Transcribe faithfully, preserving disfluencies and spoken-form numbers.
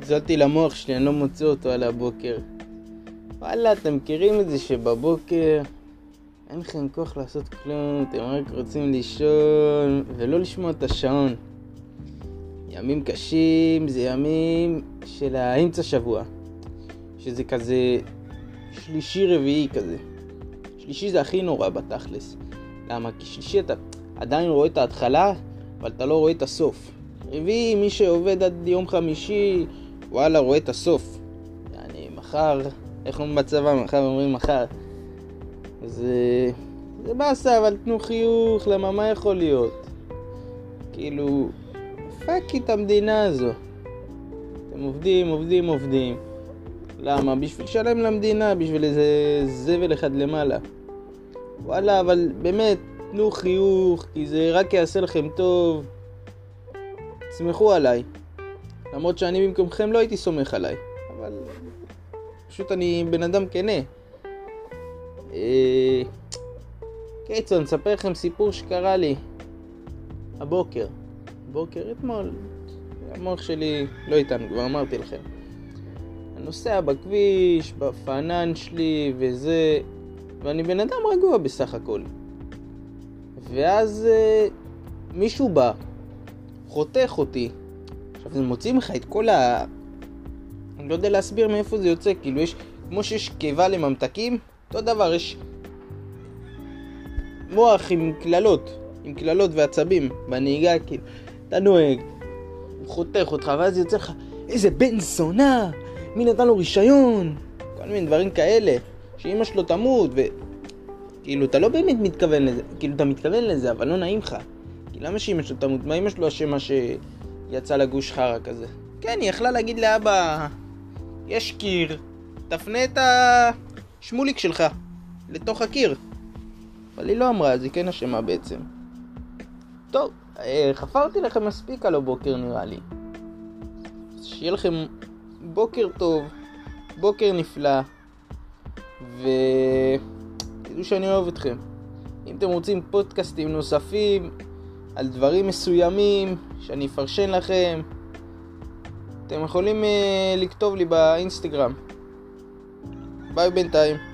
צלצלתי למוח שלי, אני לא מוצא אותו על הבוקר. וואלה, אתם מכירים את זה שבבוקר אין לכם כוח לעשות כלום, אתם רק רוצים לישון ולא לשמוע את השעון. ימים קשים זה ימים של האמצע שבוע, שזה כזה שלישי רביעי כזה. שלישי זה הכי נורא בתכלס. למה? כי שלישי אתה עדיין רואה את ההתחלה, אבל אתה לא רואה את הסוף. רביעי, מי שעובד עד יום חמישי, וואלה, רואה את הסוף. yani, מחר, איך אומרים בצבא? מחר אומרים מחר. זה, זה בסה, אבל תנו חיוך, למה מה יכול להיות? כאילו, פאקי את המדינה הזו. אתם עובדים, עובדים, עובדים. למה? בשביל שלם למדינה, בשביל איזה זבל אחד למעלה. וואלה, אבל באמת, תנו חיוך, כי זה רק יעשה לכם טוב. תסמכו עליי. למרות שאני במקומכם לא הייתי סומך עליי. אבל פשוט אני בן אדם כנה. אה... קיצון, נספר לכם סיפור שקרה לי הבוקר. בוקר אתמול. המוח שלי לא איתנו, כבר אמרתי לכם. אני נוסע בכביש, בפנן שלי וזה, ואני בן אדם רגוע בסך הכל. ואז אה, מישהו בא, חותך אותי. עכשיו זה מוציא לך את כל ה... אני לא יודע להסביר מאיפה זה יוצא, כאילו יש, כמו שיש קיבה לממתקים, אותו דבר, יש מוח עם כללות, עם כללות ועצבים בנהיגה, כאילו, אתה נוהג, הוא חותך אותך, ואז יוצא לך, איזה בן זונה, מי נתן לו רישיון, כל מיני דברים כאלה, שאמא שלו תמות, וכאילו אתה לא באמת מתכוון לזה, כאילו אתה מתכוון לזה, אבל לא נעים לך, כי למה שאמא שלו תמות? מה אמא שלו אשמה שיצא לגוש חרה כזה? כן, היא יכלה להגיד לאבא, יש קיר, תפנה את השמוליק שלך לתוך הקיר. אבל היא לא אמרה, אז היא כן אשמה בעצם. טוב, חפרתי לכם מספיק על הבוקר נראה לי. שיהיה לכם בוקר טוב, בוקר נפלא, ותדעו שאני אוהב אתכם. אם אתם רוצים פודקאסטים נוספים על דברים מסוימים שאני אפרשן לכם, אתם יכולים uh, לכתוב לי באינסטגרם. ביי בינתיים.